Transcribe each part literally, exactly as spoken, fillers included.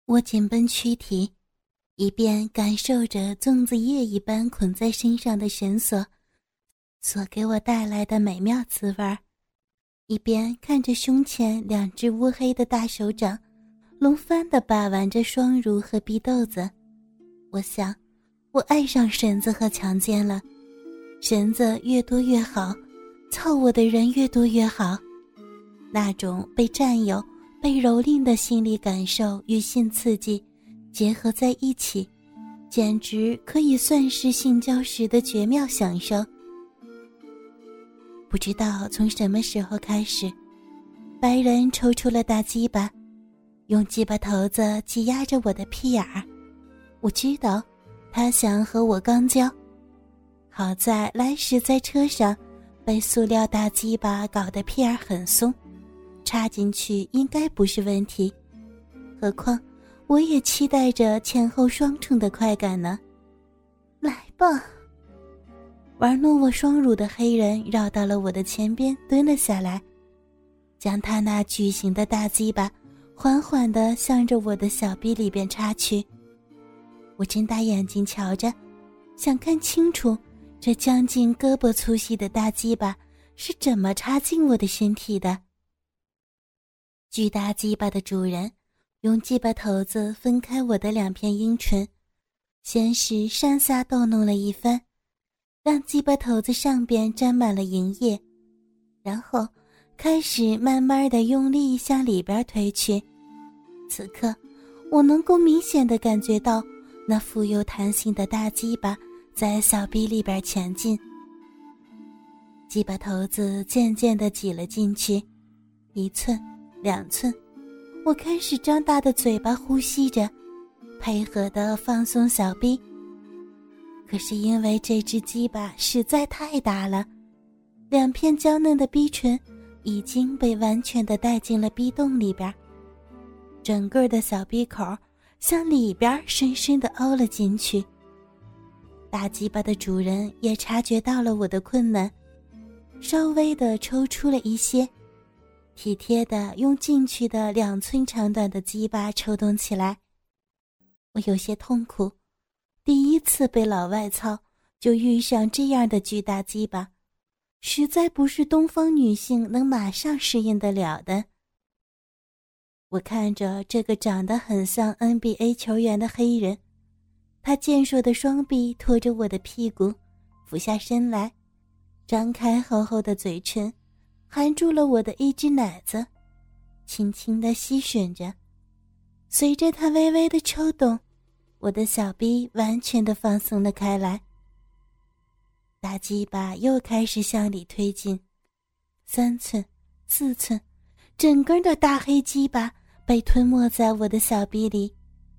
我紧绷躯体，一边感受着粽子叶一般捆在身上的绳索所给我带来的美妙滋味，一边看着胸前两只乌黑的大手掌轮番地把玩着双乳和逼豆子。我想，我爱上绳子和强奸了，绳子越多越好，操我的人越多越好。那种被占有、被蹂躏的心理感受与性刺激结合在一起，简直可以算是性交时的绝妙享受。不知道从什么时候开始，白人抽出了大鸡巴，用鸡巴头子挤压着我的屁眼儿。我知道他想和我肛交，好在来时在车上被塑料大鸡巴搞得屁眼很松，插进去应该不是问题。何况我也期待着前后双重的快感呢。来吧。玩弄我双乳的黑人绕到了我的前边蹲了下来，将他那巨型的大鸡巴缓缓地向着我的小臂里边插去。我睁大眼睛瞧着，想看清楚这将近胳膊粗细的大鸡巴是怎么插进我的身体的。巨大鸡巴的主人用鸡巴头子分开我的两片阴唇，先是上下逗弄了一番，让鸡巴头子上边沾满了银液，然后开始慢慢地用力向里边推去。此刻我能够明显地感觉到那富有弹性的大鸡巴在小臂里边前进，鸡巴头子渐渐地挤了进去，一寸两寸，我开始张大的嘴巴呼吸着，配合地放松小臂。可是因为这只鸡巴实在太大了，两片娇嫩的逼唇已经被完全地带进了逼洞里边，整个的小逼口向里边深深地凹了进去。大鸡巴的主人也察觉到了我的困难，稍微地抽出了一些，体贴地用进去的两寸长短的鸡巴抽动起来。我有些痛苦，第一次被老外操就遇上这样的巨大鸡巴，实在不是东方女性能马上适应得了的。我看着这个长得很像 N B A 球员的黑人，他健硕的双臂拖着我的屁股俯下身来，张开厚厚的嘴唇，含住了我的一只奶子，轻轻地吸吮着。随着他微微的抽动，我的小臂完全地放松了开来。大鸡巴又开始向里推进，三寸四寸，整根的大黑鸡巴被吞没在我的小臂里。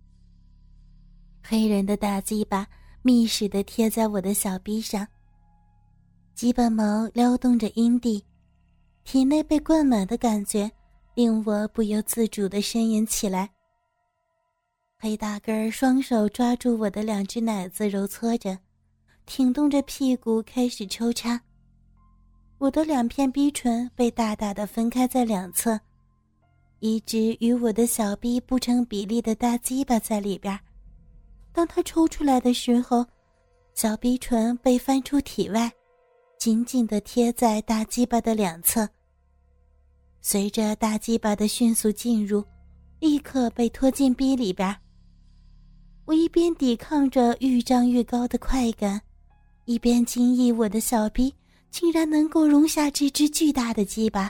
黑人的大鸡巴密实地贴在我的小臂上，鸡巴毛撩动着阴蒂，体内被灌满的感觉令我不由自主地呻吟起来。黑大个儿双手抓住我的两只奶子揉搓着，挺动着屁股开始抽插。我的两片逼唇被大大的分开在两侧，一只与我的小臂不成比例的大鸡巴在里边。当它抽出来的时候，小逼唇被翻出体外，紧紧地贴在大鸡巴的两侧。随着大鸡巴的迅速进入，立刻被拖进逼里边。我一边抵抗着愈胀愈高的快感，一边惊异我的小逼竟然能够容下这只巨大的鸡巴。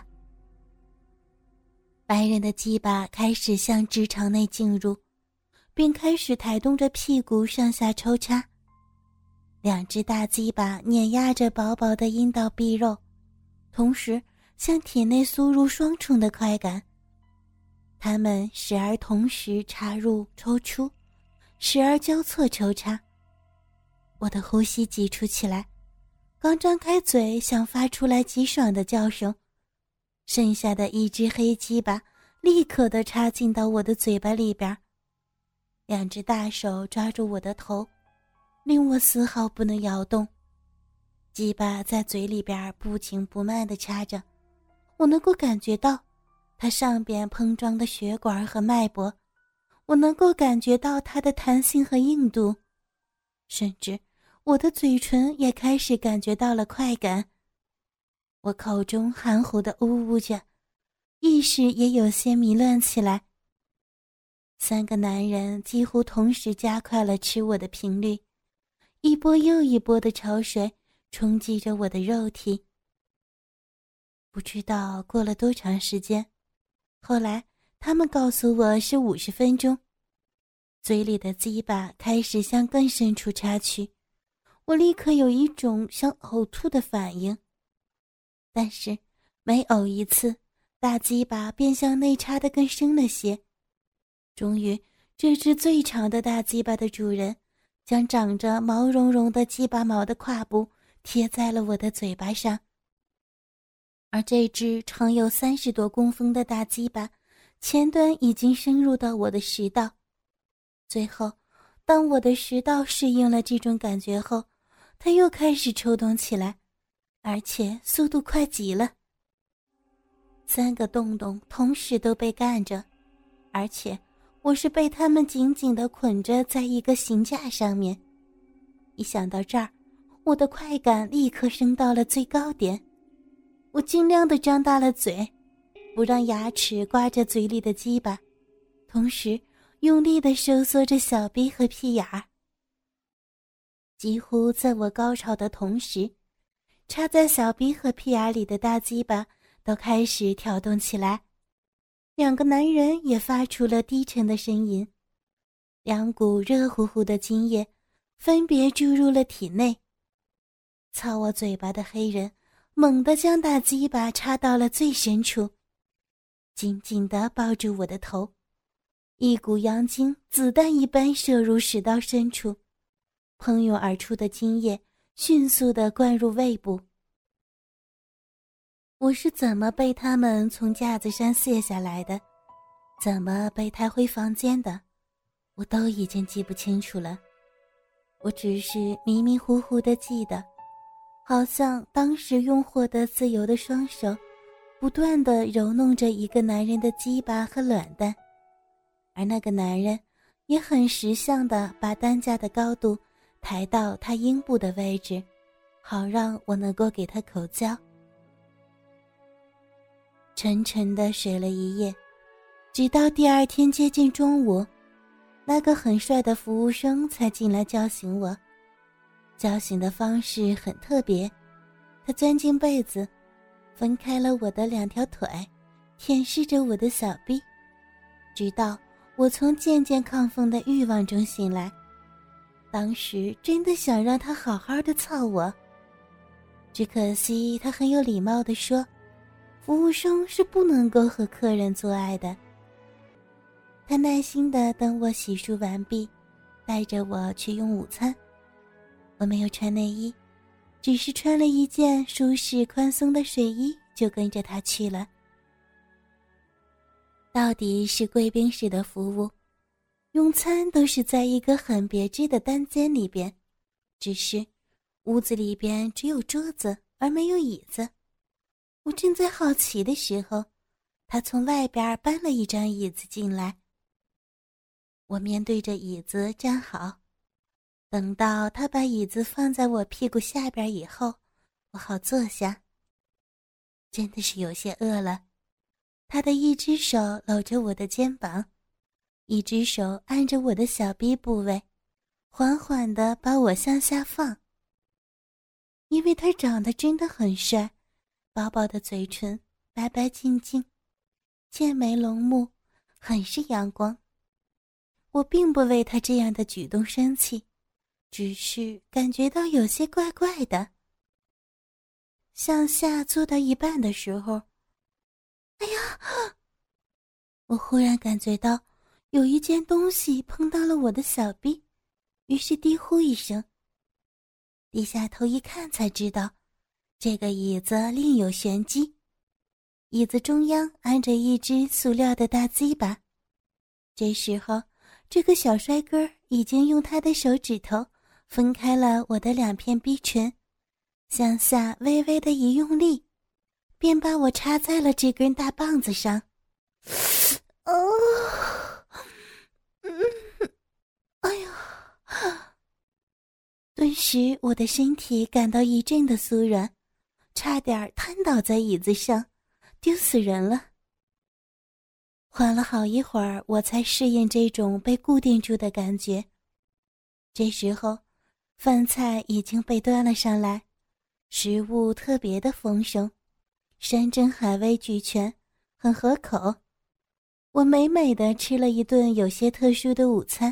白人的鸡巴开始向直肠内进入，并开始抬动着屁股上下抽插。两只大鸡巴碾压着薄薄的阴道壁肉，同时向体内输入双重的快感。它们时而同时插入抽出，时而交错抽插。我的呼吸急促起来，刚张开嘴想发出来极爽的叫声，剩下的一只黑鸡巴立刻地插进到我的嘴巴里边。两只大手抓住我的头，令我丝毫不能摇动。鸡巴在嘴里边不紧不慢地插着，我能够感觉到它上边膨胀的血管和脉搏， 我能够感觉到它的弹性和硬度，甚至我的嘴唇也开始感觉到了快感。我口中含糊地呜呜着，意识也有些迷乱起来。三个男人几乎同时加快了吃我的频率，一波又一波的潮水冲击着我的肉体。不知道过了多长时间，后来他们告诉我是五十分钟，嘴里的鸡巴开始向更深处插去，我立刻有一种想呕吐的反应。但是每呕一次，大鸡巴便向内插得更深了些。终于，这只最长的大鸡巴的主人将长着毛茸茸的鸡巴毛的胯部贴在了我的嘴巴上，而这只长有三十多公分的大鸡巴前端已经深入到我的食道。最后，当我的食道适应了这种感觉后，它又开始抽动起来，而且速度快极了。三个洞洞同时都被干着，而且我是被他们紧紧地捆着在一个行架上面。一想到这儿，我的快感立刻升到了最高点。我尽量地张大了嘴，不让牙齿刮着嘴里的鸡巴，同时用力地收缩着小臂和屁眼儿。几乎在我高潮的同时，插在小臂和屁眼里的大鸡巴都开始跳动起来，两个男人也发出了低沉的声音，两股热乎乎的精液分别注入了体内。操我嘴巴的黑人猛地将大鸡巴插到了最深处，紧紧地抱住我的头，一股阳精子弹一般射入食道深处，喷涌而出的精液迅速地灌入胃部。我是怎么被他们从架子上卸下来的，怎么被抬回房间的，我都已经记不清楚了。我只是迷迷糊糊地记得，好像当时用获得自由的双手不断地揉弄着一个男人的鸡巴和卵蛋，而那个男人也很识相地把担架的高度抬到他阴部的位置，好让我能够给他口交。沉沉地睡了一夜，直到第二天接近中午，那个很帅的服务生才进来叫醒我。叫醒的方式很特别，他钻进被子，分开了我的两条腿，舔舐着我的小臂，直到我从渐渐亢奋的欲望中醒来。当时真的想让他好好的操我，只可惜他很有礼貌地说，服务生是不能够和客人做爱的。他耐心地等我洗漱完毕，带着我去用午餐。我没有穿内衣，只是穿了一件舒适宽松的睡衣，就跟着他去了。到底是贵宾式的服务，用餐都是在一个很别致的单间里边，只是屋子里边只有桌子而没有椅子。我正在好奇的时候，他从外边搬了一张椅子进来。我面对着椅子站好，等到他把椅子放在我屁股下边以后，我好坐下。真的是有些饿了。他的一只手搂着我的肩膀，一只手按着我的小臂部位，缓缓地把我向下放。因为他长得真的很帅，薄薄的嘴唇，白白净净，剑眉龙目，很是阳光。我并不为他这样的举动生气，只是感觉到有些怪怪的。向下坐到一半的时候，哎呀！我忽然感觉到有一件东西碰到了我的小臂，于是低呼一声。低下头一看才知道，这个椅子另有玄机。椅子中央安着一只塑料的大鸡巴。这时候，这个小帅哥已经用他的手指头分开了我的两片逼唇，向下微微的一用力，便把我插在了这根大棒子上。哦， 顿时我的身体感到一阵的酥软，差点瘫倒在椅子上，丢死人了。缓了好一会儿，我才适应这种被固定住的感觉。这时候，饭菜已经被端了上来，食物特别的丰盛，山珍海味俱全，很合口。我美美的吃了一顿有些特殊的午餐。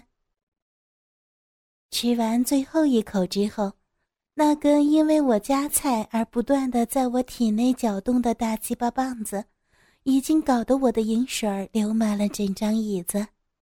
吃完最后一口之后，那根因为我夹菜而不断的在我体内搅动的大鸡巴棒子，已经搞得我的饮水流满了整张椅子。